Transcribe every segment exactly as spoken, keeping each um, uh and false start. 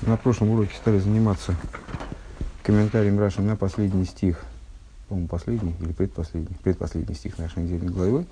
На прошлом уроке стали заниматься комментарием Раши на последний стих, по-моему, последний или предпоследний, предпоследний стих нашей недельной главы.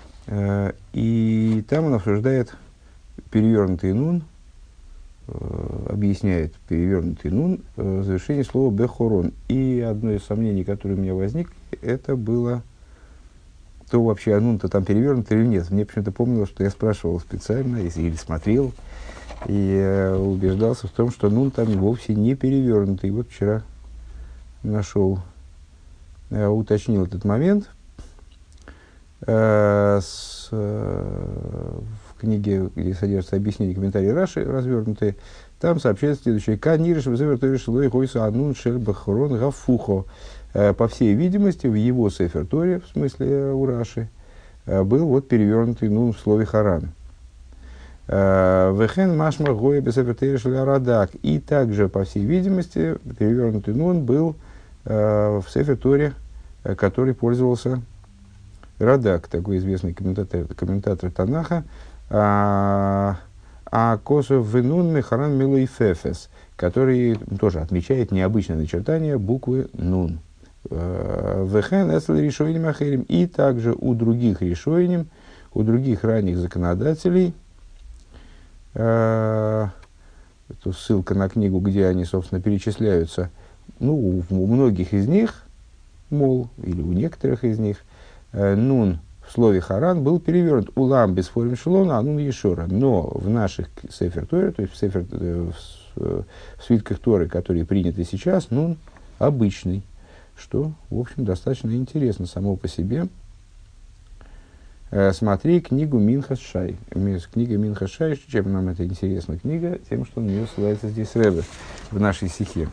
И там он обсуждает перевернутый нун, объясняет перевернутый нун в завершении слова бехорон. И одно из сомнений, которое у меня возникло, это было то вообще, а нун-то там перевернутый или нет. Мне почему-то помнилось, что я спрашивал специально или смотрел, и э, убеждался в том, что нун там вовсе не перевернутый. И вот вчера нашел, э, уточнил этот момент. Э, с, э, в книге, где содержится объяснение комментарии Раши, развернутые, там сообщается следующее. «Канириш вызовертовиш лой хойса анун шель бахрон гафухо». По всей видимости, в его Сефер Торе, в смысле у Раши, был вот перевернутый нун в слове «харан». «Вехен машма гоя бесефер Торе шель радак». И также, по всей видимости, перевернутый нун был в Сефер Торе, который пользовался Радак, такой известный комментатор, комментатор Танаха, а Косов венун мехаран милой фефес, который тоже отмечает необычное начертание буквы нун. Вехен эсл решойним ахерим. И также у других решойним, у других ранних законодателей, это ссылка на книгу, где они, собственно, перечисляются, ну, у многих из них, мол, или у некоторых из них, нун в слове харан был перевернут улам без формы шелона, а нун ешора. Но в наших Сефер Торе, то есть в, сефер, в, в свитках Торы, которые приняты сейчас, нун обычный, что, в общем, достаточно интересно само по себе. Смотри книгу Минхас Шай. Книга Минхас Шай, чем нам это интересна книга? Тем, что на нее ссылается здесь Ребе в нашей сихе.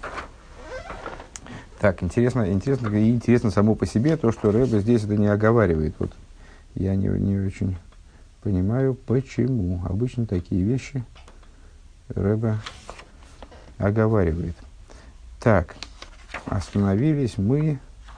Так, интересно, интересно, и интересно само по себе то, что Ребе здесь это не оговаривает. Вот я не, не очень понимаю, почему. Обычно такие вещи Ребе оговаривает. Так, остановились мы...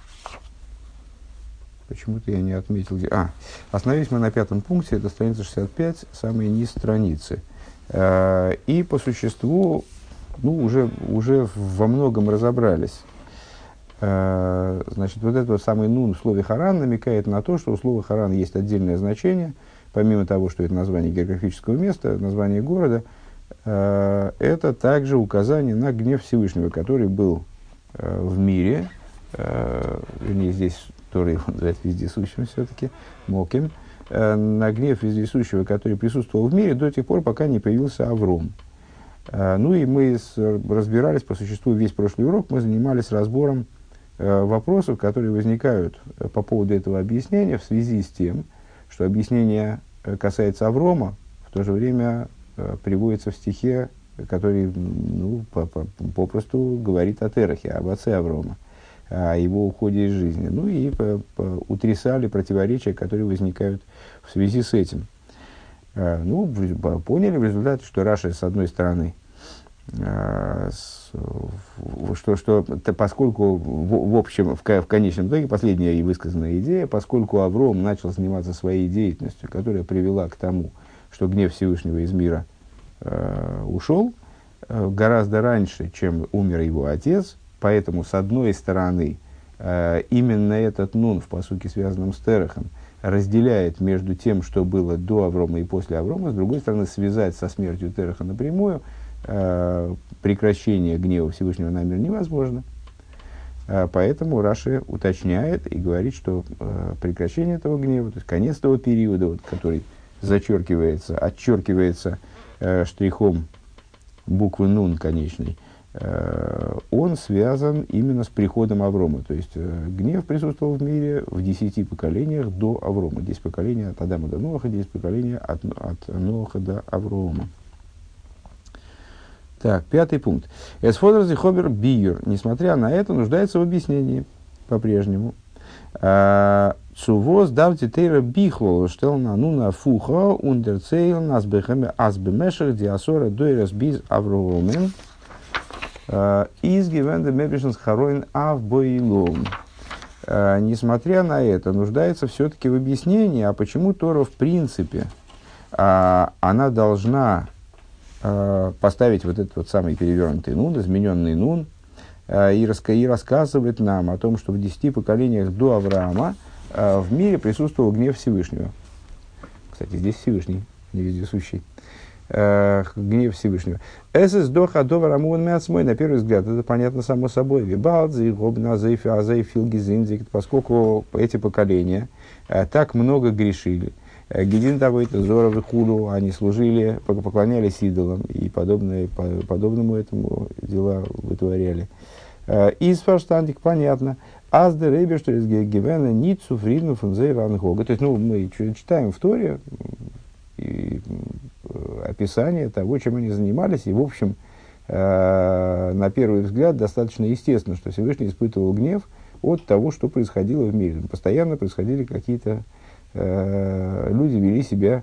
Почему-то я не отметил... А, остановились мы на пятом пункте, это страница шестьдесят пять, самый низ страницы. И по существу, ну, уже, уже во многом разобрались. Значит, вот этот вот самый нун в слове харан намекает на то, что у слова харан есть отдельное значение, помимо того, что это название географического места, название города, это также указание на гнев Всевышнего, который был в мире, вернее, здесь Тора его называют вездесущим все-таки, Моким, на гнев вездесущего, который присутствовал в мире до тех пор, пока не появился Авром. Ну и мы с, разбирались по существу весь прошлый урок, мы занимались разбором вопросов, которые возникают по поводу этого объяснения в связи с тем, что объяснение касается Аврома, в то же время приводится в стихе, который, ну, попросту говорит о Терахе, об отце Аврома, о его уходе из жизни. Ну и по, по, утрясали противоречия, которые возникают в связи с этим. Ну, поняли в результате, что Раши, с одной стороны, что, что поскольку в, в общем, в, в конечном итоге, последняя и высказанная идея, поскольку Авром начал заниматься своей деятельностью, которая привела к тому, что гнев Всевышнего из мира э, ушел э, гораздо раньше, чем умер его отец, поэтому, с одной стороны, э, именно этот нун в пасуке, связанном с Терахом, разделяет между тем, что было до Аврома и после Аврома, с другой стороны, связать со смертью Тераха напрямую э, прекращение гнева Всевышнего на мир невозможно. Э, поэтому Раши уточняет и говорит, что э, прекращение этого гнева, то есть конец того периода, вот, который зачеркивается, отчеркивается э, штрихом буквы нун конечной, э, он связан именно с приходом Аврома. То есть э, гнев присутствовал в мире в десяти поколениях до Аврома. Десять поколений от Адама до Ноаха, десять поколений от, от Ноаха до Аврома. Так, пятый пункт. Эсфодер зихобер биюр. Несмотря на это, нуждается в объяснении по-прежнему. Цувоз давти тейра бихло штелна нуна фуха ундерцейл нас бехеме азбемешер диасора дойрес биз авромен из гивенде мебишенс хароин авбоилом. Несмотря на это, нуждается все-таки в объяснении, а почему Тора в принципе она должна э, поставить вот этот вот самый перевернутый нун, измененный нун, э, и, раска- и рассказывает нам о том, что в десяти поколениях до Авраама э, в мире присутствовал гнев Всевышнего. Кстати, здесь Всевышний, не вездесущий. Э, гнев Всевышнего. Эсэс доха довар амун мяцмой, на первый взгляд, это понятно само собой. Вибалдзи, гобна, азейфи, азейфил, гизинзик, поскольку эти поколения э, так много грешили. Гедин того это зоровы худу, они служили, поклонялись идолам и подобное, по, подобному этому дела вытворяли. Из фарштандик понятно. Аз де рейбер, что из гивена ницу фридну фунзей ван Гога. То есть, ну, мы читаем в Торе и, описание того, чем они занимались, и, в общем, э, на первый взгляд, достаточно естественно, что Всевышний испытывал гнев от того, что происходило в мире. Постоянно происходили какие-то э, люди, вели себя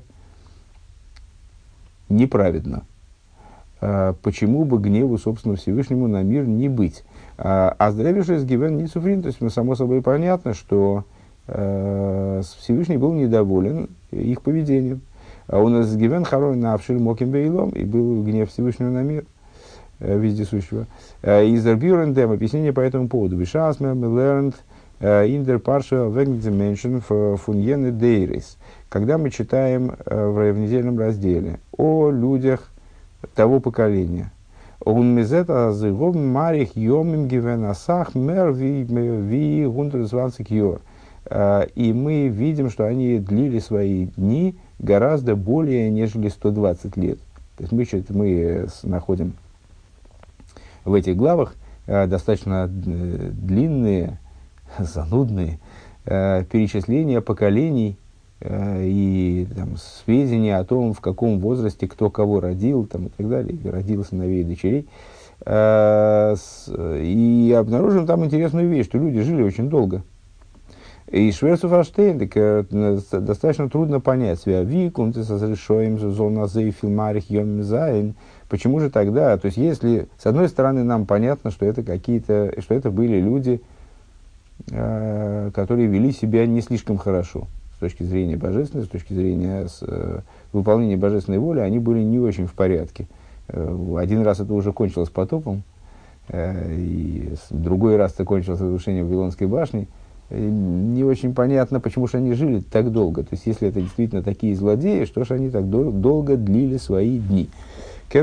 неправедно. Э, почему бы гневу, собственно, Всевышнему на мир не быть? А здравейший из Гивен не суфрин, то есть, само собой понятно, что э, Всевышний был недоволен их поведением. А у нас Гивен хорой на Авшиль Моким Бейлом, и был гнев Всевышнего на мир, э, вездесущего. Из Арбюрендем объяснение по этому поводу. Вишас мы learned in der Parsha wegen the mention von jene Deiris. Когда мы читаем э, в недельном разделе о людях того поколения, он мезета зыгов марих йомим гивен асах мер ви ви гундрзванцик йор. И мы видим, что они длили свои дни гораздо более, нежели сто двадцать лет. То есть мы, мы находим в этих главах э, достаточно длинные, занудные э, перечисления поколений э, и там, сведения о том, в каком возрасте кто кого родил, там, и так далее, родил сыновей и дочерей. Э, с, и обнаружим там интересную вещь, что люди жили очень долго. И Шверцу Фаштейн, так э, достаточно трудно понять, почему же тогда, то есть если с одной стороны нам понятно, что это какие-то, что это были люди, э, которые вели себя не слишком хорошо с точки зрения божественной, с точки зрения с, э, выполнения божественной воли, они были не очень в порядке. Э, один раз это уже кончилось потопом, э, и другой раз это кончилось разрушением Вавилонской башни. Не очень понятно, почему же они жили так долго. То есть, если это действительно такие злодеи, что же они так дол- долго длили свои дни. И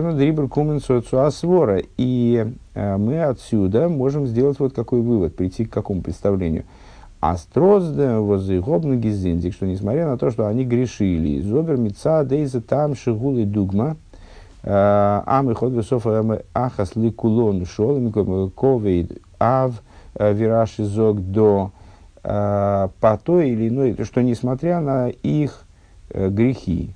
э, мы отсюда можем сделать вот какой вывод, прийти к какому представлению. Астрозде возыгобна гизиндик, что несмотря на то, что они грешили, зобер мица дейза там шигулы дугма, амы ход высофа ахас ликулон шолами ковейд ав вираши зог до, по той или иной, что несмотря на их э, грехи,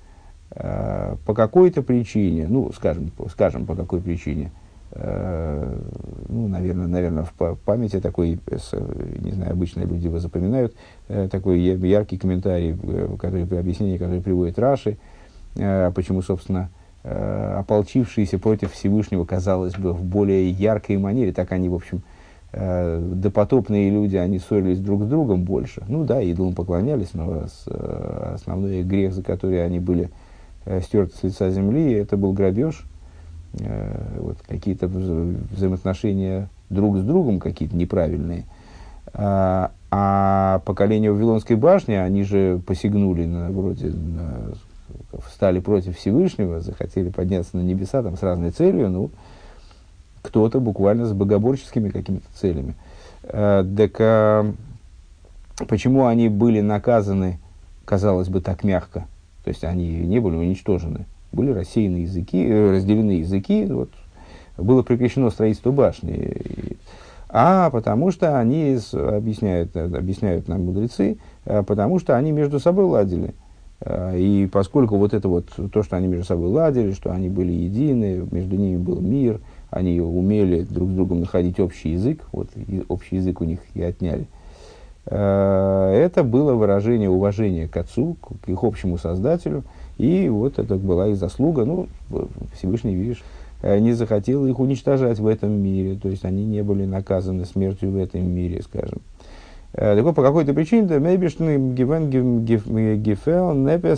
э, по какой-то причине, ну, скажем, скажем по какой причине, э, ну, наверное, наверное, в памяти такой, не знаю, обычно люди его запоминают, э, такой яркий комментарий, э, который, объяснение, которое приводит Раши, э, почему, собственно, э, ополчившиеся против Всевышнего, казалось бы, в более яркой манере, так они, в общем, допотопные люди, они ссорились друг с другом больше. Ну да, идолам поклонялись, но с, основной грех, за который они были э, стерты с лица земли, это был грабеж. Э, вот, какие-то вза- взаимоотношения друг с другом какие-то неправильные. А, а поколение Вавилонской башни, они же посягнули, на, вроде, на, встали против Всевышнего, захотели подняться на небеса там, с разной целью, ну, кто-то буквально с богоборческими какими-то целями. Э, так э, почему они были наказаны, казалось бы, так мягко? То есть они не были уничтожены. Были рассеяны языки, э, разделены языки, вот, было прекращено строительство башни. А потому что они, объясняют, объясняют нам мудрецы, э, потому что они между собой ладили. Э, и поскольку вот это вот, то, что они между собой ладили, что они были едины, между ними был мир, они умели друг с другом находить общий язык, вот и общий язык у них и отняли. Это было выражение уважения к Отцу, к их общему Создателю, и вот это была их заслуга. Ну, Всевышний, видишь, не захотел их уничтожать в этом мире, то есть они не были наказаны смертью в этом мире, скажем. Так вот, по какой-то причине,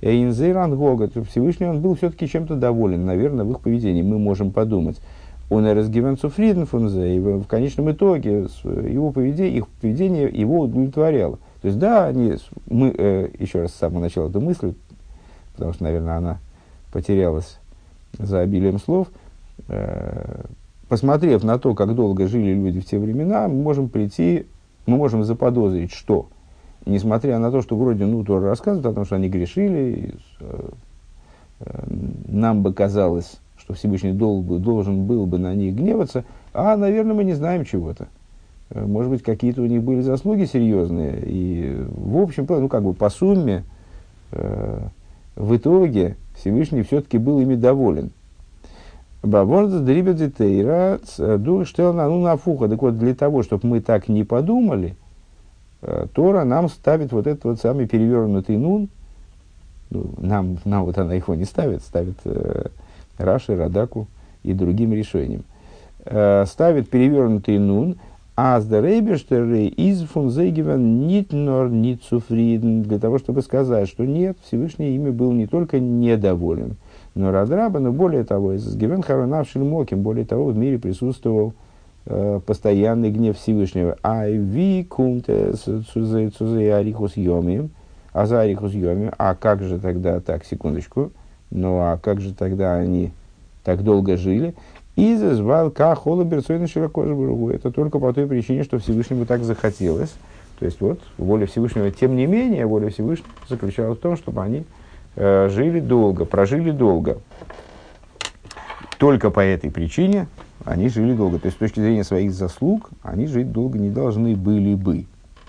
Инзейран Гога, Всевышний он был все-таки чем-то доволен, наверное, в их поведении. Мы можем подумать. Он разгивен цуфриден фунзе, и в конечном итоге его поведение, их поведение его удовлетворяло. То есть, да, они, мы, э, еще раз с самого начала эту мысль, потому что, наверное, она потерялась за обилием слов, э, посмотрев на то, как долго жили люди в те времена, мы можем прийти, мы можем заподозрить, что, несмотря на то, что вроде, ну, Тора рассказывает о том, что они грешили, э, э, нам бы казалось, что Всевышний дол, должен был бы на них гневаться, а, наверное, мы не знаем чего-то. Может быть, какие-то у них были заслуги серьезные, и, в общем, ну, как бы по сумме, э, в итоге Всевышний все-таки был ими доволен. Бавонда дрибет тейра душтелна ну нафуха. Так вот, для того, чтобы мы так не подумали, Тора нам ставит вот этот вот самый перевернутый нун. Ну, нам, нам вот она его не ставит, ставит э, Раши, Радаку и другим решением. Э, ставит перевернутый нун, а с Рейберштеры из фунзейгивен нит нор нит цуфриден, для того, чтобы сказать, что нет, Всевышний ими был не только недоволен, но Радраба, но более того, из Гивен Харонавшиль Моким, более того, в мире присутствовал э, постоянный гнев Всевышнего. Ай ви кумте цузей арихус йомим, а за арихус йомим, а как же тогда, так, секундочку, ну а как же тогда они так долго жили? И зазвал Кахола Берцойна Широкожбургу. Это только по той причине, что Всевышнему так захотелось. То есть, вот, воля Всевышнего, тем не менее, воля Всевышнего заключалась в том, чтобы они э, жили долго, прожили долго. Только по этой причине они жили долго. То есть, с точки зрения своих заслуг, они жить долго не должны были бы.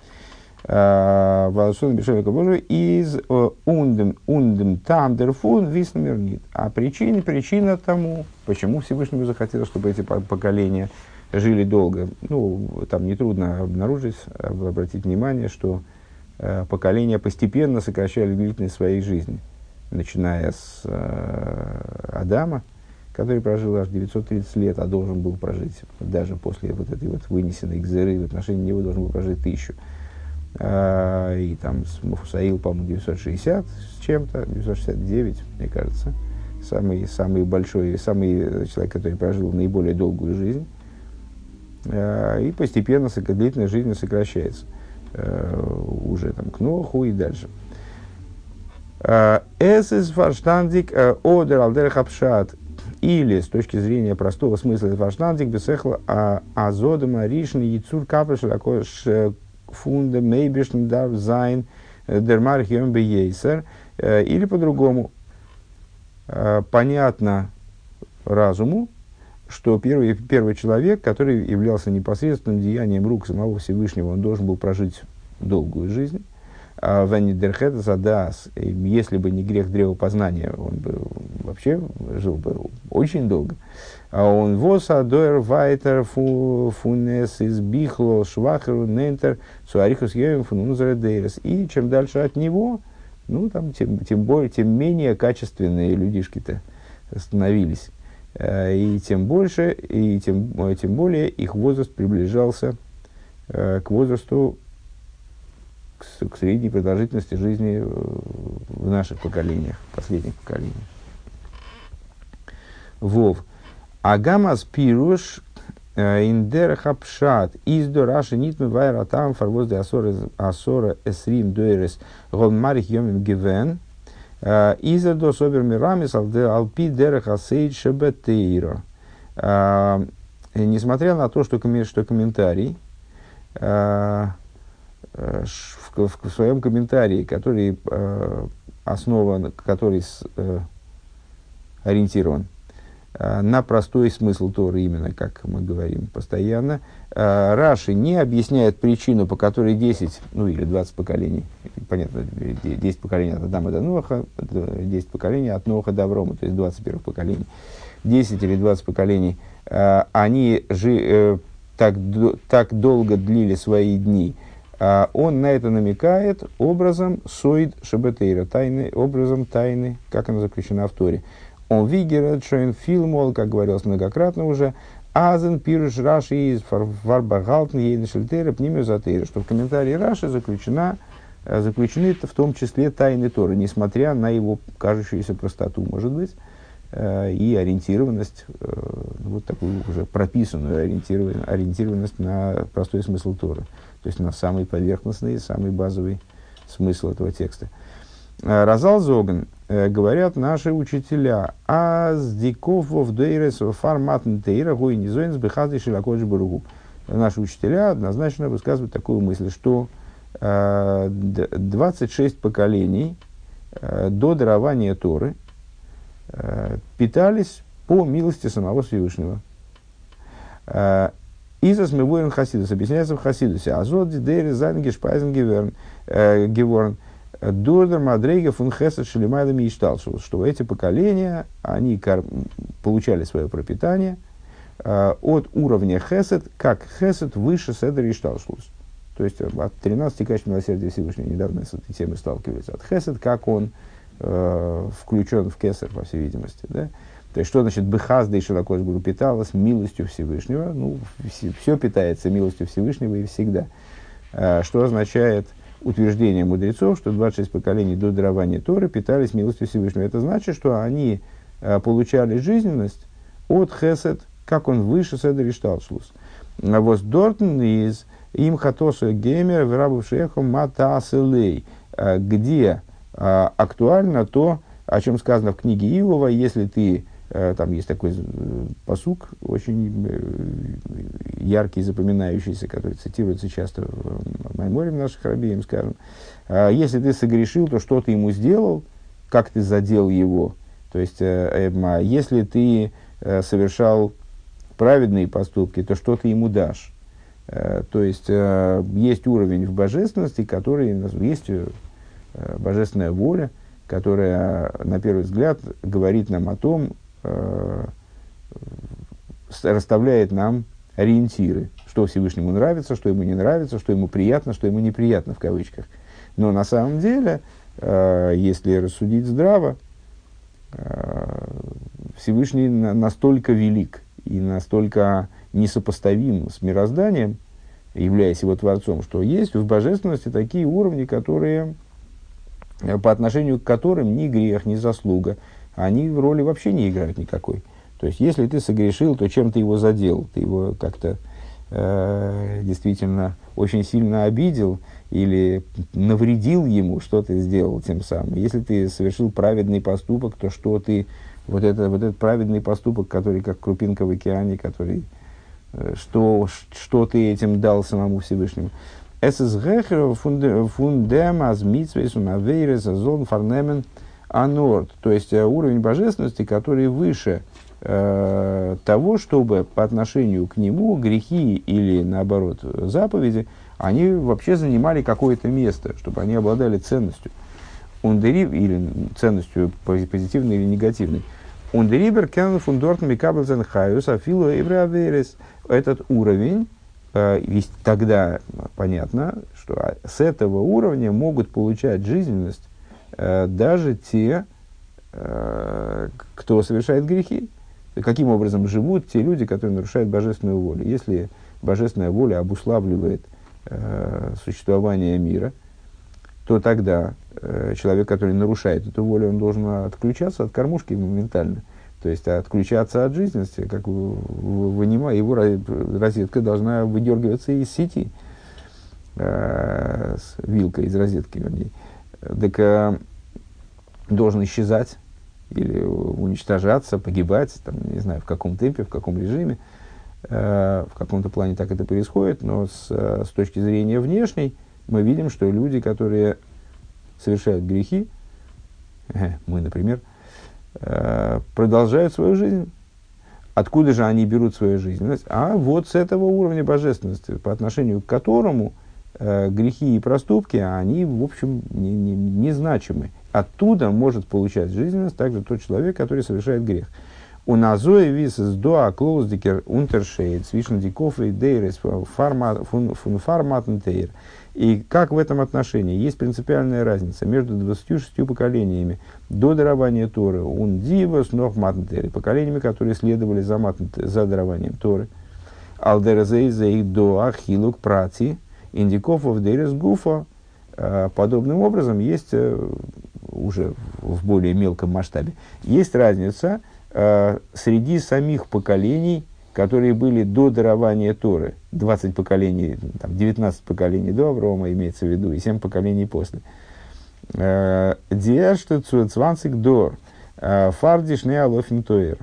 Волшебный бешевика Божий из ундем ундем там дерфун висномернит. А причина, причина тому, почему Всевышнему захотелось, чтобы эти поколения жили долго. Ну, там нетрудно обнаружить, обратить внимание, что э, поколения постепенно сокращали длительность своей жизни, начиная с э, Адама, который прожил аж девятьсот тридцать лет, а должен был прожить даже после вот этой вот вынесенной гзеры, в отношении него должен был прожить тысячу. И там Мафусаил, по-моему, девятьсот шестьдесят с чем-то, девятьсот шестьдесят девять, мне кажется, самый, самый большой, самый человек, который прожил наиболее долгую жизнь, и постепенно длительность жизни сокращается, уже там к Ноху и дальше. Эсэс фарштандик одер алдер хапшат, или с точки зрения простого смысла фарштандик бесехла азодема ришн яцур капеш лакош фунда мейбишн дав зайн дермар хем бейсер, или по-другому, понятно разуму, что первый, первый человек, который являлся непосредственным деянием рук самого Всевышнего, он должен был прожить долгую жизнь. Ванидерхет задас, если бы не грех древопознания, он бы вообще жил бы очень долго. А он воса доер вайтер фунес из бихло швахеру нентер суарихус йоем фунунзередейрес. И чем дальше от него, ну там тем, тем более, тем менее качественные людишки-то становились. И тем больше, и тем, тем более их возраст приближался к возрасту, к средней продолжительности жизни в наших поколениях, последних поколениях. Вов. Агамас пируш индер хапшат издо раши нитме вайра там фарвоз де асора эсрим дуэрес гон марих йомим гивен иза до собер мирамис алпи дерах асейд шебетейро. Несмотря на то, что, что комментарий В, в, в своем комментарии, который э, основан, который с, э, ориентирован э, на простой смысл Торы, именно как мы говорим постоянно, э, Раши не объясняет причину, по которой десять, ну или двадцать поколений, понятно, десять поколений от Адама до Ноха, десять поколений от Ноха до Аврома, то есть двадцать первых поколений, десять или двадцать поколений, э, они жи, э, так, до, так долго длили свои дни. Uh, он на это намекает образом соид шебетейра, тайны, образом тайны, как она заключена в Торе. Он вигерет шоен филмол, как говорилось многократно уже, азен пируш раши из фарбагалтн ейншельтейра пнимезатейра, что в комментарии Раши заключена заключены в том числе тайны Торы, несмотря на его кажущуюся простоту, может быть, и ориентированность, вот такую уже прописанную ориентированность, ориентированность на простой смысл Торы, то есть на самый поверхностный, самый базовый смысл этого текста. Разал Зоган, говорят наши учителя, аз диков в дейрес форматн тейра гой низоинс бехазы широкодж баругу. Наши учителя однозначно высказывают такую мысль, что э, двадцать шесть поколений э, до дарования Торы э, питались по милости самого Всевышнего. Изас мевоин хасидус, объясняется в хасидусе. Азот дейрес зайн гешпайзен геворн. Дурдер Мадрейга фун Хесед Шелемайлами и Шталшус, что эти поколения, они кор- получали свое пропитание э, от уровня Хесед, как Хесед выше Седер и Шталшус. То есть от тринадцати качеств милосердия Всевышнего, недавно с этой темой сталкивались, от Хесед, как он э, включен в Кесар, по всей видимости. Да? То есть, что значит Бехазда и Шелакош Гуру питалась милостью Всевышнего? Ну, все, все питается милостью Всевышнего и всегда. Э, что означает утверждение мудрецов, что двадцать шесть поколений до дарования Торы питались милостью Всевышнего. Это значит, что они э, получали жизненность от Хесед, как он выше Седер и Шталшус. Вот Дортен из им хатоса геймер вырабывшехом матааселей, где э, актуально то, о чем сказано в книге Иова, если ты, э, там есть такой пасук, очень э, яркий, запоминающийся, который цитируется часто в Майморе наших рабеем, скажем, э, если ты согрешил, то что ты ему сделал, как ты задел его, то есть, э, э, если ты э, совершал праведные поступки, то что ты ему дашь. Э, то есть, э, есть уровень в божественности, который, есть э, божественная воля, которая, на первый взгляд, говорит нам о том, э, расставляет нам ориентиры, что Всевышнему нравится, что ему не нравится, что ему приятно, что ему неприятно, в кавычках. Но на самом деле, э, если рассудить здраво, э, Всевышний на, настолько велик и настолько несопоставим с мирозданием, являясь его творцом, что есть в божественности такие уровни, которые, по отношению к которым ни грех, ни заслуга, они в роли вообще не играют никакой. То есть, если ты согрешил, то чем ты его задел? Ты его как-то э, действительно очень сильно обидел или навредил ему, что ты сделал тем самым. Если ты совершил праведный поступок, то что ты, вот, это, вот этот праведный поступок, который как крупинка в океане, который, э, что, что ты этим дал самому Всевышнему? То есть уровень божественности, который выше э, того, чтобы по отношению к нему грехи или, наоборот, заповеди, они вообще занимали какое-то место, чтобы они обладали ценностью. Ундериб, или ценностью позитивной или негативной. Ундерибер кен фундорт микаблзен хаюс афилу эвреаверес. Этот уровень, ведь тогда понятно, что с этого уровня могут получать жизненность э, даже те, э, кто совершает грехи. Каким образом живут те люди, которые нарушают божественную волю? Если божественная воля обуславливает э, существование мира, то тогда э, человек, который нарушает эту волю, он должен отключаться от кормушки моментально. То есть отключаться от жизненности, как вынимая, его розетка должна выдергиваться из сети, э, с вилкой из розетки, вернее. Так э, должен исчезать или уничтожаться, погибать, там, не знаю, в каком темпе, в каком режиме. Э, в каком-то плане так это происходит, но с, с точки зрения внешней мы видим, что люди, которые совершают грехи, э, мы, например, продолжают свою жизнь. Откуда же они берут свою жизненность? А вот с этого уровня божественности, по отношению к которому э, грехи и проступки, они, в общем, не, не, незначимы. Оттуда может получать жизненность также тот человек, который совершает грех. У назои вис из доа клоуздикер унтершейд свишен диков и дейрес фун фарматнтейр. И как в этом отношении есть принципиальная разница между двадцатью шестью поколениями до дарования Торы, ундивос нох матнтейр, поколениями, которые следовали за, матнтейр, за дарованием Торы, алдерзей зей до ахилук прати индиков в дейрес гуфа Подобным образом есть уже в более мелком масштабе, есть разница среди самих поколений, которые были до дарования Торы, двадцать поколений, там, девятнадцать поколений до Аврома имеется в виду, и семь поколений после. Диашты цванцик дор, фардиш не алофин тоир.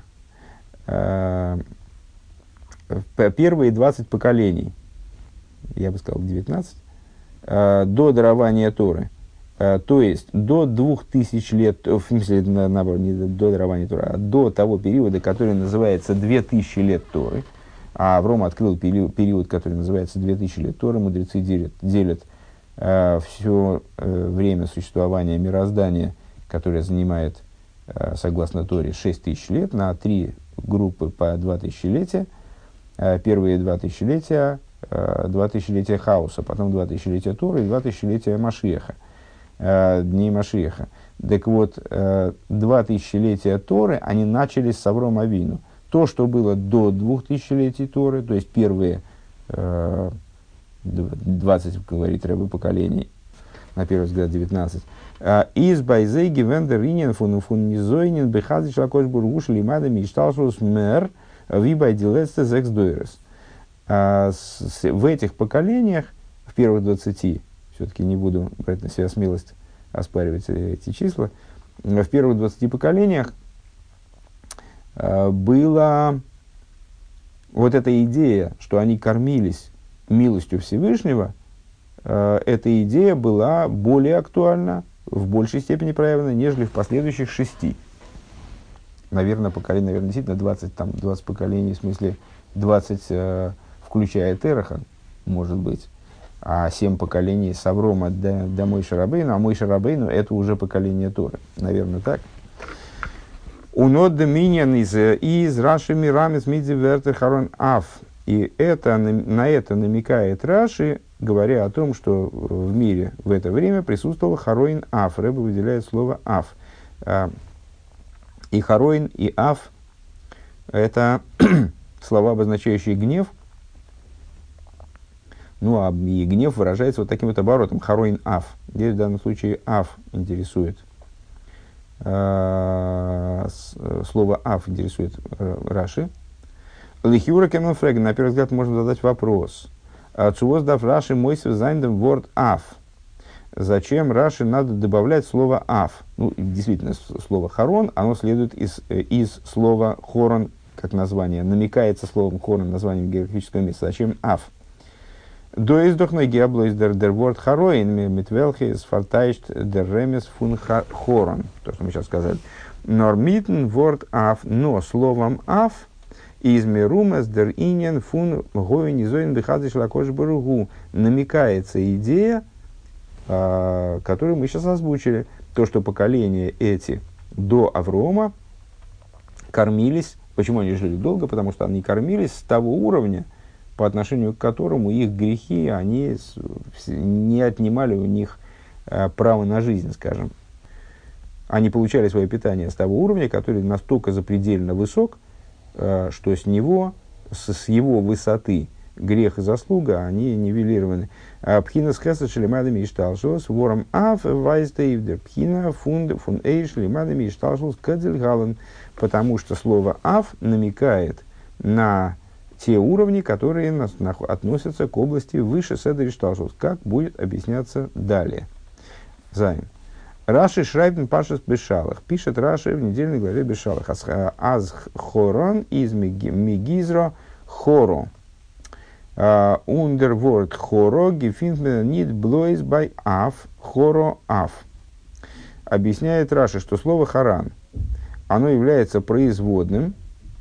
Первые двадцать поколений, я бы сказал девятнадцать, до дарования Торы, то есть до двух тысяч лет, в смысле, наоборот, не до дарования Торы, а до того периода, который называется две тысячи лет Торы, а Авром открыл период, период, который называется две тысячи лет Торы, мудрецы делят, делят э, все э, время существования мироздания, которое занимает, э, согласно Торе, шесть тысяч лет, на три группы по два тысячелетия. Э, первые два тысячелетия, э, два тысячелетия хаоса, потом два тысячелетия Торы и два тысячелетия Машиаха, э, дней Машиаха. Так вот, э, два тысячелетия Торы, они начались с Аврома Авину. То, что было до двух тысячелетий Торы, то есть первые э, двадцать, говорит Ребе, поколений, на первый взгляд девятнадцать. Из Байзейги Вендер Инин фун фун Низойнин Бехазич Лакош Бургуш Лимада Мишталшус Мэр Вибайдилесте Зекс Дойрес. В этих поколениях, в первых двадцати, все-таки не буду брать на себя смелость оспаривать эти числа, в первых двадцати поколениях была вот эта идея, что они кормились милостью Всевышнего, эта идея была более актуальна, в большей степени проявлена, нежели в последующих шести. Наверное, поколение, наверное, действительно двадцать, там, двадцать поколений, в смысле двадцать, включая Тераха, может быть, а семь поколений с Аврома до, до Мойше Рабейну, а Мойше Рабейну это уже поколение Торы. Наверное, так. Унод доминиан из из Раши Мирамис Мидзи Вертер Харон Аф. И это, на это намекает Раши, говоря о том, что в мире в это время присутствовал Хароин Аф. Рэбе выделяет слово Аф. И Хароин, и Аф – это слова, обозначающие гнев. Ну, а и гнев выражается вот таким вот оборотом. Хароин Аф. Здесь в данном случае Аф интересует. Слово «аф» интересует Раши. Лихиура кемен фреген. На первый взгляд можно задать вопрос. Цувоз дав Раши мойсев зайндем ворд «аф». Зачем Раши надо добавлять слово «аф»? Ну, действительно, слово «харон», оно следует из, из слова «хорон», как название. Намекается словом «хорон», названием географического места. Зачем «аф»? До издохной геблоис дер дер ворд хароин митвелхис фартайшт дер ремес фун хорон. То, что мы сейчас сказали. Нормитн ворд аф, но словом аф из мерумас дер иньян фун гоин изоин бихадиш лакош баругу намекается идея, э, которую мы сейчас озвучили. То, что поколения эти до Аврома кормились. Почему они жили долго? Потому что они кормились с того уровня, по отношению к которому их грехи, они не отнимали у них э, право на жизнь, скажем. Они получали свое питание с того уровня, который настолько запредельно высок, э, что с него, с, с его высоты грех и заслуга, они нивелированы. Пхина схэса шелемадами ишталшос, вором аф вайстейвдер, пхина фунд фун эй шелемадами ишталшос кадзельгален, потому что слово аф намекает на те уровни, которые нас, на, относятся к области выше Седер Ишталшус, как будет объясняться далее. Зайн. Раши Шрайбен Пашас Бешалах. Пишет Раши в недельной главе Бешалах. Аз хорон из мигизро хоро. Ундерворд хоро гефинтмен нит блойс бай аф хоро аф. Объясняет Раши, что слово харан, оно является производным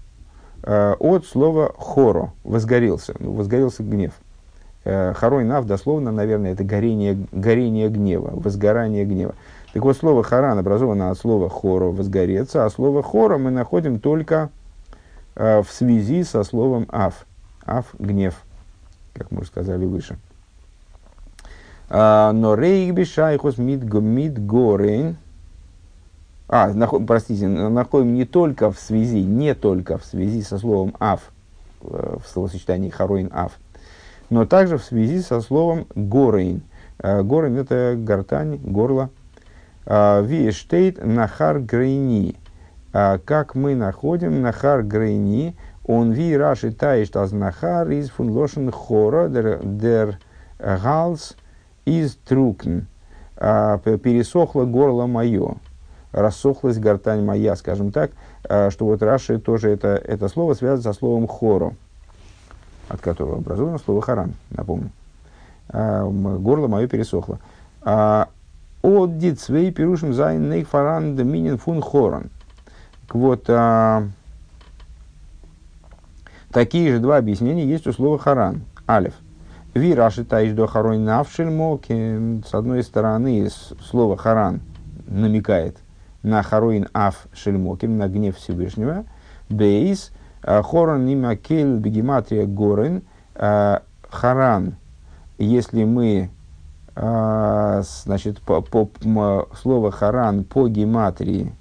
от слова хоро, возгорелся, ну, возгорелся гнев. Харой нав, дословно, наверное, это горение, горение гнева, возгорание гнева. Так вот, слово харан образовано от слова хоро, возгореться, а слово хоро мы находим только э, в связи со словом аф. Аф – гнев, как мы уже сказали выше. Но рейк бишайхус мид горейн. А, наход, простите, находим не только в связи, не только в связи со словом «аф», в словосочетании «хароин аф», но также в связи со словом «горейн». Горен – это гортань, горло. Виештейт нахар грейни. Как мы находим нахар грейни, он ви раши таишт аз нахар из фун лошен хора дер галс из трукн. Пересохло горло мое, рассохлась гортань моя, скажем так, что вот Раши тоже это, это слово связано со словом хоро, от которого образовано слово харан, напомню. Горло мое пересохло. От дитсвей пирушим зайн нейх фаран доминин фун хоран. Вот а, такие же два объяснения есть у слова харан. Алеф. Ви раши таиш до харой навшельмо. С одной стороны, слово харан намекает на хароин аф шельмоким, на гнев Всевышнего. Бейс. Хоран нимакель бегематрия горен. Харан, если мы, значит, по, по, по, слово харан по гематрии,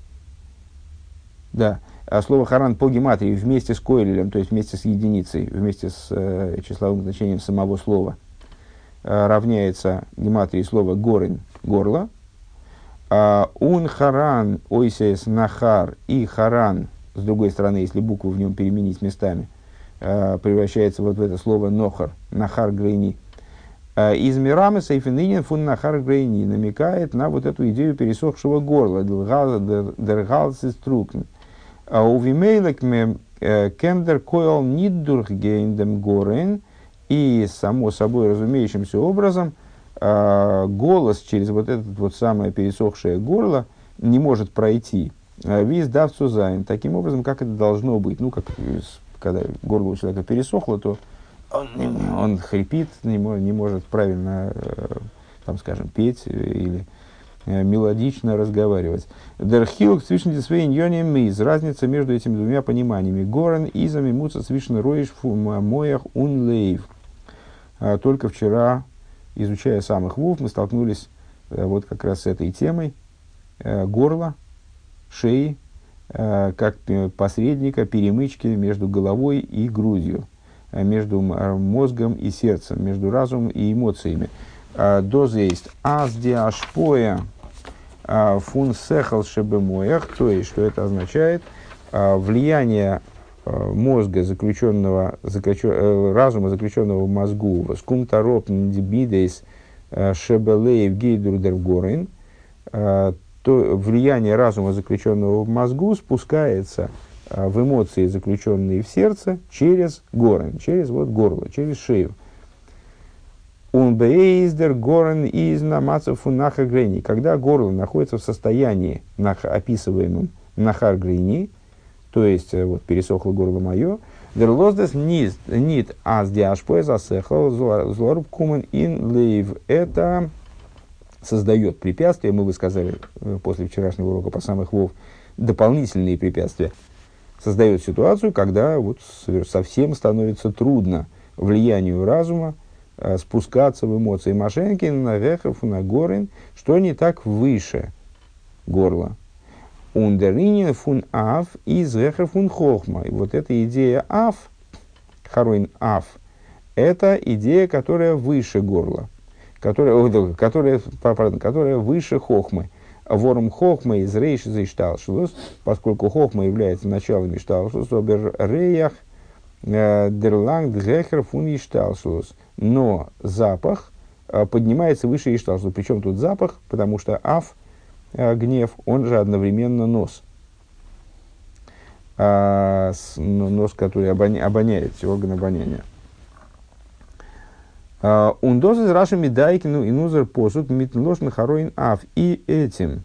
да, слово харан по гематрии вместе с койлелем, то есть вместе с единицей, вместе с э, числовым значением самого слова, э, равняется гематрии слова горен, горло. Ун харан ойсес нахар и харан, с другой стороны, если букву в нем переменить местами, э, превращается вот в это слово нохар, нахар грейни. Из мирамы сейфенинин фун нахар грейни намекает на вот эту идею пересохшего горла, дергалсис трукн. Увимейлек кемдер койл ниддургейндем горен, и само собой разумеющимся образом голос через вот это вот самое пересохшее горло не может пройти виз давцу зайн таким образом, как это должно быть. Ну, как когда горло у человека пересохло, то он, он хрипит, не, может, не может правильно, там, скажем, петь или мелодично разговаривать. Дерхилк свишен свейньоним миз. Разница между этими двумя пониманиями. Горен изами муца свишен роиш фу моях ун лейв. Только вчера, изучая самых вов, мы столкнулись вот как раз с этой темой горла, шеи, как посредника, перемычки между головой и грудью, между мозгом и сердцем, между разумом и эмоциями. Доза есть аз диашпоя фун сехал шебемоях, то есть, что это означает? Влияние мозга, заключенного, заключен, разума, заключенного в мозгу, скумтароп ндибидейс шебелеев гейдурдергорин, то влияние разума, заключенного в мозгу, спускается в эмоции, заключенные в сердце, через горен, через вот горло, через шею. Унбейздер горен из намацев нахар грейни. Когда горло находится в состоянии, описываемом нахар грейни, то есть вот, пересохло горло мое, дерлоздес нит аз диашпоя засехал злоруб кумен ин лейв. Это создает препятствия, мы бы сказали после вчерашнего урока по самых вов, дополнительные препятствия. Создает ситуацию, когда вот совсем становится трудно влиянию разума спускаться в эмоции Машенки на вехов, на горен, что не так выше горла. Ундеринин фун аф из вехов фун хохма. И вот эта идея аф, хароин аф, это идея, которая выше горла, которая, которая, pardon, которая выше хохмы. Ворум хохма из рейши заишталшилус, поскольку хохма является началом ишталшилус, обер рейях дерланг дгехер фун ишталшилус. Но запах поднимается выше ишталшилус. Причем тут запах, потому что аф, гнев, он же одновременно нос. Нос, который обоняет, орган обоняния. Ундоз из Раши Медайкину и Нузер посуд митнлошн хароин аф. И этим,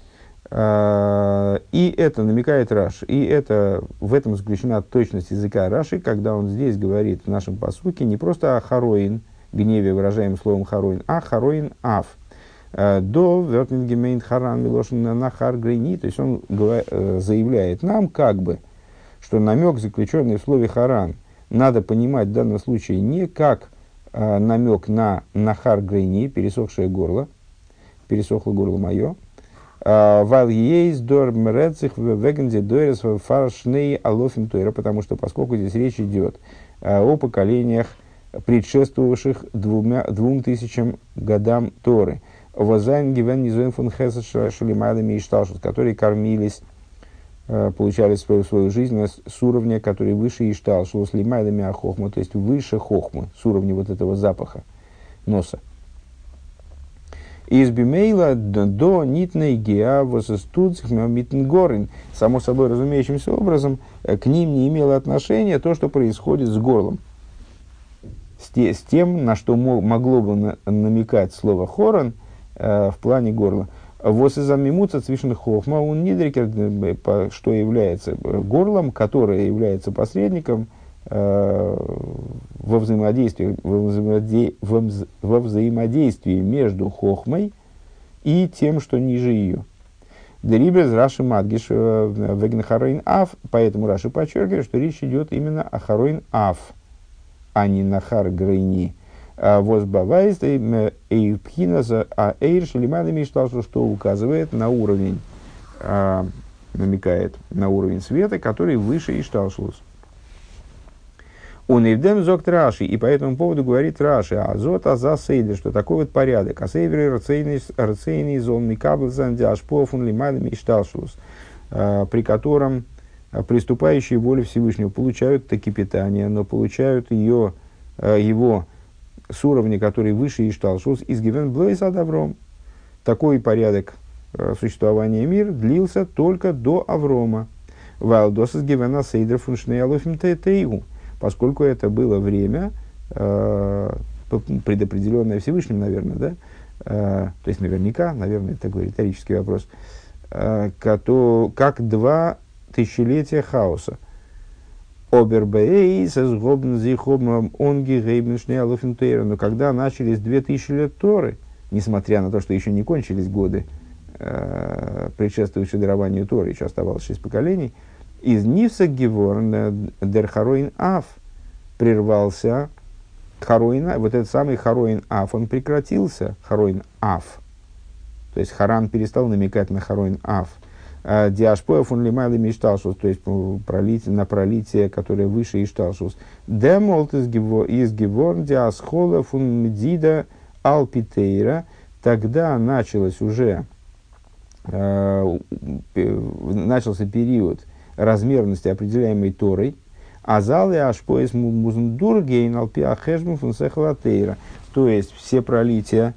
и это намекает Раши, и это, в этом заключена точность языка Раши, когда он здесь говорит в нашем пасуке не просто о хароин, гневе, выражаемым словом хароин, а хароин аф. До вертнингемейн харан милошн нахар грейни. То есть он заявляет нам, как бы, что намек, заключенный в слове харан, надо понимать в данном случае не как э, намек на нахар грейни, пересохшее горло, пересохло горло мое, вал ейс дор мрецих вегензе дойрес фаршней алофим тойра, потому что поскольку здесь речь идет э, о поколениях предшествовавших двумя, двум тысячам годам Торы. Возайн гивен низуэн фун хесед шалимадами и шталшут, которые кормились, получали свою, свою жизнь с уровня, который выше Ишталшус, с лимайдами ахохму, то есть выше хохмы, с уровня вот этого запаха носа. Из бимейла до нитной геа восстуцих митнгорин. Само собой разумеющимся образом к ним не имело отношения то, что происходит с горлом. С, те, с тем, на что могло бы на, намекать слово хорон э, в плане горла. Вот из-за мимуца цвишен хохма, он нидрикер, что является горлом, которое является посредником э, во, взаимодействии, во, взаимоде, во, вза, во взаимодействии между хохмой и тем, что ниже ее. Дерибрез Раши Мадгиш веген хароин аф, поэтому Раши подчеркивает, что речь идет именно о хароин аф, а не на хар грейни. Возбавайс эйпхина за аэйр шелимадами считал, что указывает на уровень, а, намекает на уровень света, который выше Ишталшус. Он ивдем зокт Раши, и по этому поводу говорит Раши, а зот аза сейдер, что такой вот порядок, а сейвер рацейный зон микаблзан диашпофун лимадами Ишталшус, при котором приступающие воли Всевышнего получают таки питание, но получают ее, его с уровня, который выше Ишталшус, из гивен блойс ад Авром. Такой порядок э, существования мира длился только до Аврома. Валдос из гивена сейдер фуншнеялофим тейгу, поскольку это было время, э, предопределенное Всевышним, наверное, да? Э, то есть наверняка, наверное, это такой риторический вопрос, э, като, как два тысячелетия хаоса. Но когда начались две тысячи лет Торы, несмотря на то, что еще не кончились годы, э, предшествующие дарованию Торы, еще оставалось шесть поколений, из Нивса Геворн дер Хароин Аф прервался, Хароин, вот этот самый Хароин Аф, он прекратился, Хароин Аф, то есть Харан перестал намекать на Хароин Аф. Диашпоев он лимайли мечталшус, то есть пролитие, на пролитие, которое выше Ишталшус. Демолт из Геворн диасхола фун медида алпитейра. Тогда началось уже, э, начался период размерности, определяемой Торой. Азал и ашпоес музндур гейн алпи ахешбу фун сехлатейра. То есть все пролития,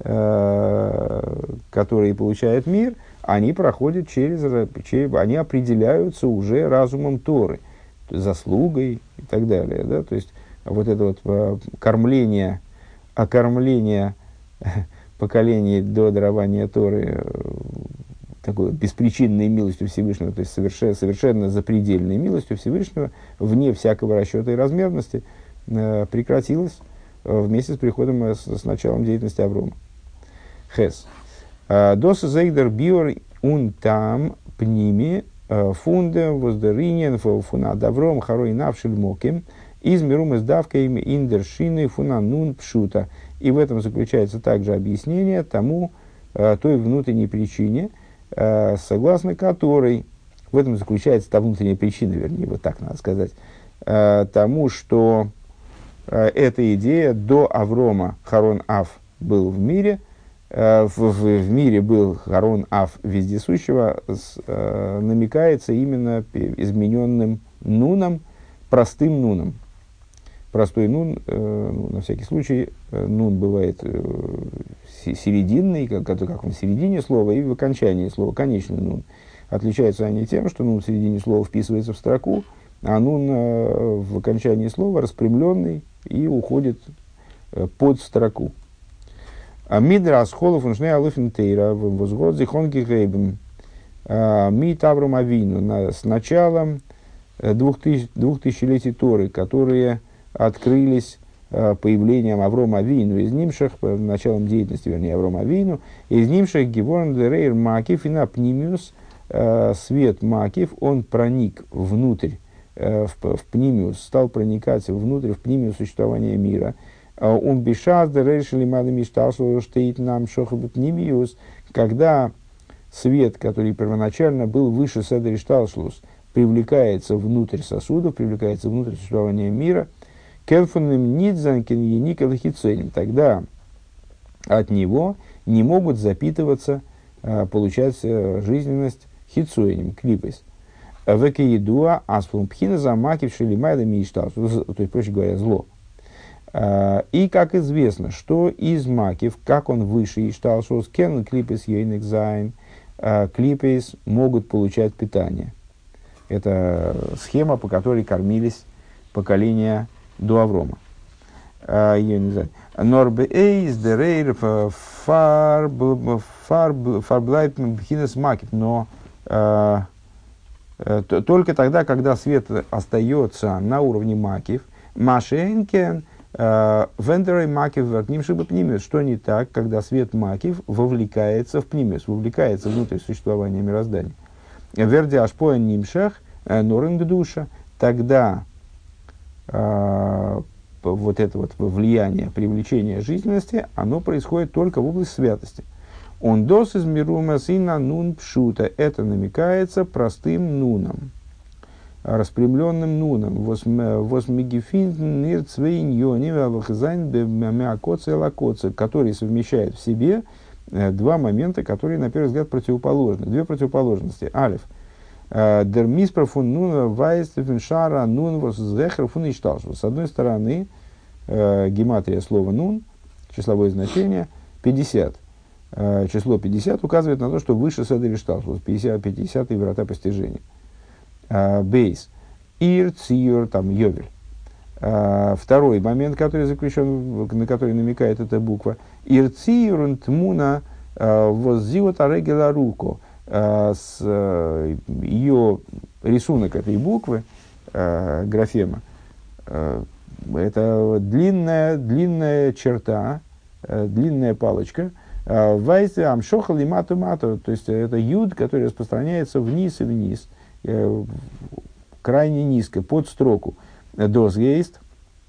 э, которые получает мир, они проходят через, через, они определяются уже разумом Торы, заслугой и так далее. Да? То есть вот это вот кормление, окормление поколений до дарования Торы такой беспричинной милостью Всевышнего, то есть совершенно, совершенно запредельной милостью Всевышнего, вне всякого расчета и размерности, э, прекратилось э, вместе с приходом, э, с, с началом деятельности Аврома. Хес. Дос зейдер биор ун там пними фунде воздеринен фуна давром харой навшиль моким из мирум издавкой индершины фуна нун пшута. И в этом заключается также объяснение тому, той внутренней причине, согласно которой, в этом заключается та внутренняя причина, вернее, вот так надо сказать, тому, что эта идея до Аврома Харон Аф был в мире, В, в, в мире был Харон Аф вездесущего, с, э, намекается именно измененным нуном, простым нуном. Простой нун, э, ну, на всякий случай, э, нун бывает э, серединный, как, как он в середине слова, и в окончании слова, конечный нун. Отличаются они тем, что нун в середине слова вписывается в строку, а нун э, в окончании слова распрямленный и уходит э, под строку. Мидра асхолов он шней алыфин тейра возгод зихонги грейбем мит Авром Авину с началом двух тысячелетий Торы, которые открылись появлением Аврома Авину, из нимших, началом деятельности, вернее, Аврома Авину, из нимших геворн дерейр макив и на пнимиус, свет макив, он проник внутрь, в, в пнимиус, стал проникать внутрь, в пнимиус существования мира. Он бешаз решили мадами шталшо стоит нам шохабут нимиус, когда свет, который первоначально был выше седри шталшлус, привлекается внутрь сосудов, привлекается внутрь существования мира, Кенфунным нидзанкин еникал хиценим. Тогда от него не могут запитываться, получать жизненность хицуэним, клипес. Векеедуа асфум пхина замакив шелимайда миштал. То есть, проще говоря, зло. И, как известно, что из макив, как он выше ишталшус, кен клипес ейник зайн, клипес могут получать питание. Это схема, по которой кормились поколения до Аврома. Норбе эйс дерейр фарблайт пхинас макив. Но только тогда, когда свет остается на уровне макив, машенкен вендерой макив вертним шибы пнимиус. Что не так, когда свет макив вовлекается в пнимиус, вовлекается внутрь существования мироздания. Верди ашпоя нимшах норинг душа. Тогда э, вот это вот влияние, привлечение жизненности, оно происходит только в области святости. Он дос из мирума сина нун пшута. Это намекается простым нуном, распрямленным нуном. Восмигифин нир цвейньони вавахзайн бемякоце лакоце, который совмещает в себе два момента, которые, на первый взгляд, противоположны. Две противоположности. Алиф. Дермиспра фун нун вайстефен шара нун восзехер фун ишталшу. С одной стороны, гематрия слова нун, числовое значение, пятьдесят. Число пятьдесят указывает на то, что выше седер ишталшу, пятьдесят, пятидесятые врата постижения. Бейс. Ир, циюр, там, йовель. Второй момент, который заключен, на который намекает эта буква. Ир, циюр, тмуна, воззиот арегела руко. Ее рисунок этой буквы, графема, это длинная, длинная черта, длинная палочка. Вайзе амшохал и мату мату. То есть, это юд, который распространяется вниз и вниз. Крайне низко, под строку. Дозгейст.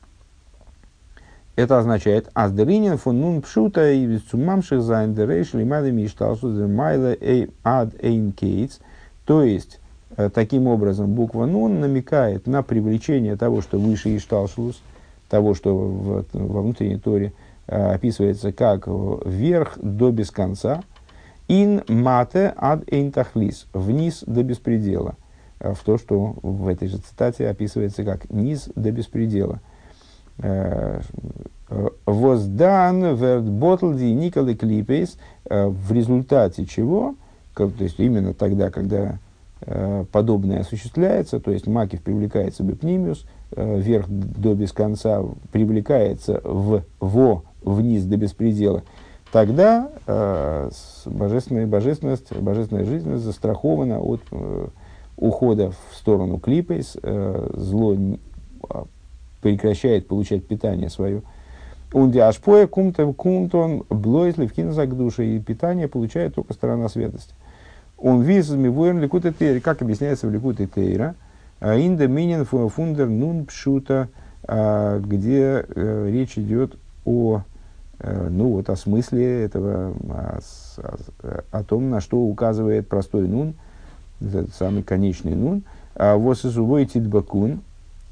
Это означает аздеринен фон нун пшута и цумамших зайн дерейш лимады мишталсу зермайла ад эйн кейтс. То есть, таким образом, буква нун намекает на привлечение того, что выше ишталшус, того, что в, во внутренней торе описывается как вверх до без конца. Ин мате ад эйн тахлис. Вниз до беспредела. В то, что в этой же цитате описывается как низ до беспредела. Воздан верт ботлди николы клипейс, в результате чего, то есть именно тогда, когда подобное осуществляется, то есть макив привлекается бепнимиус, вверх до без конца привлекается в во вниз до беспредела, тогда божественная, божественность, божественная жизненность застрахована от ухода в сторону клипейс, зло прекращает получать питание свое. Он диашпоя кумтон кумтон блойсли в кинзак души, и питание получает только сторона светости. Он визми воин ликута тейра, как объясняется в ликуте тейра, инда минин фундер нун пшута, где речь идет о, ну вот, о смысле этого, о, о, о том, на что указывает простой нун, этот самый конечный нун. Вос из увойтит бакун,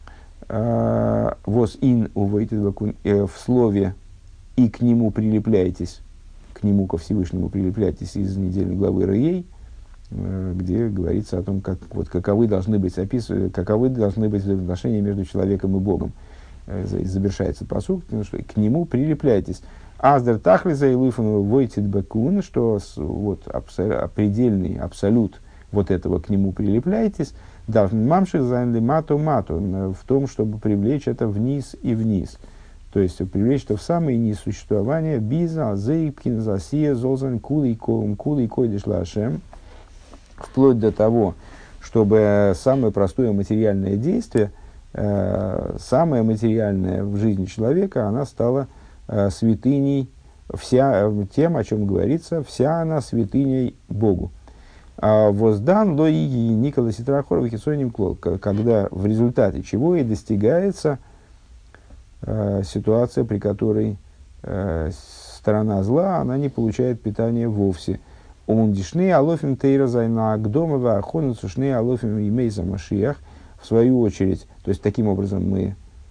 вос ин увойтит бакун, в слове и к нему прилепляйтесь, к нему, ко Всевышнему прилепляйтесь из недельной главы Раей, где говорится о том, как, вот, каковы должны быть описаны, каковы должны быть отношения между человеком и Богом. Завершается пасук, что к нему прилепляйтесь. Аздер тахлиза и лыфану войтит бакун, что вот, абсо, предельный абсолют вот этого к нему прилепляйтесь, должен мамших занли мату мату, в том, чтобы привлечь это вниз и вниз. То есть, привлечь это в самый низ существования, биза, зейпкин, засия, зозан, кулей, коум, кулей, койдеш лашем, вплоть до того, чтобы самое простое материальное действие, э, самое материальное в жизни человека, она стала э, святыней, вся, тем, о чем говорится, вся она святыней Богу. Воздан лоиги Никола Ситрахорова Хисоним Клол, когда в результате чего и достигается э, ситуация, при которой э, сторона зла, она не получает питания вовсе. Он дишны алофим тейра зайна агдомова ахону сушны алофим имейса машиях. В свою очередь, то есть таким образом мы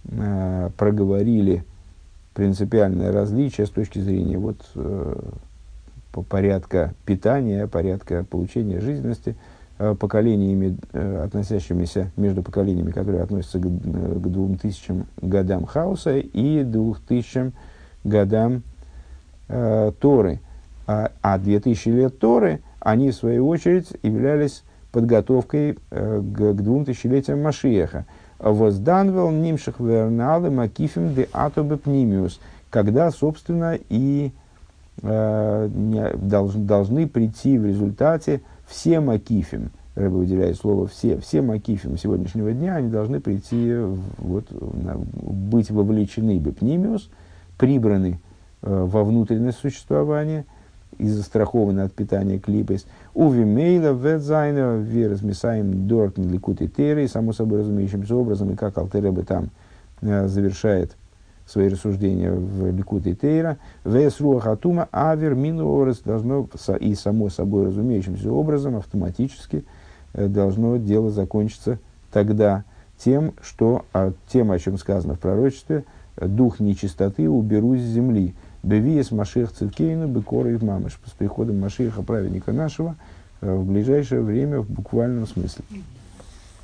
э, проговорили принципиальное различие с точки зрения вот, э, по порядка питания, порядка получения жизненности, э, поколениями, э, относящимися между поколениями, которые относятся к, к двум тысячам годам хаоса и двух тысячам годам э, Торы. А, а две тысячи лет Торы, они, в свою очередь, являлись подготовкой э, к, к двум тысячелетиям Машиеха. Возданвел нимших верналы макифим де атобе пнимиус, когда, собственно, и э, не, долж, должны прийти в результате все макифим, Рэбе выделяет слово все, все макифим сегодняшнего дня, они должны прийти, в, вот, на, быть вовлечены бепнимиус, прибраны э, во внутренность существования и застрахованы от питания клипес. Увимейла ветзайна веразмисаем дортн ликути теры, само собой разумеющимся образом, и как Алтер Ребе там э, завершает свои рассуждения в ликути тейра, вес руах атума авер минуорес должно, и само собой разумеющимся образом, автоматически э, должно дело закончиться тогда тем, что, а, тем, о чем сказано в пророчестве, дух нечистоты уберу с земли. Бевиес Машиах Цивкейну Бекора и Мамыш. С приходом Машиаха, праведника нашего, в ближайшее время в буквальном смысле.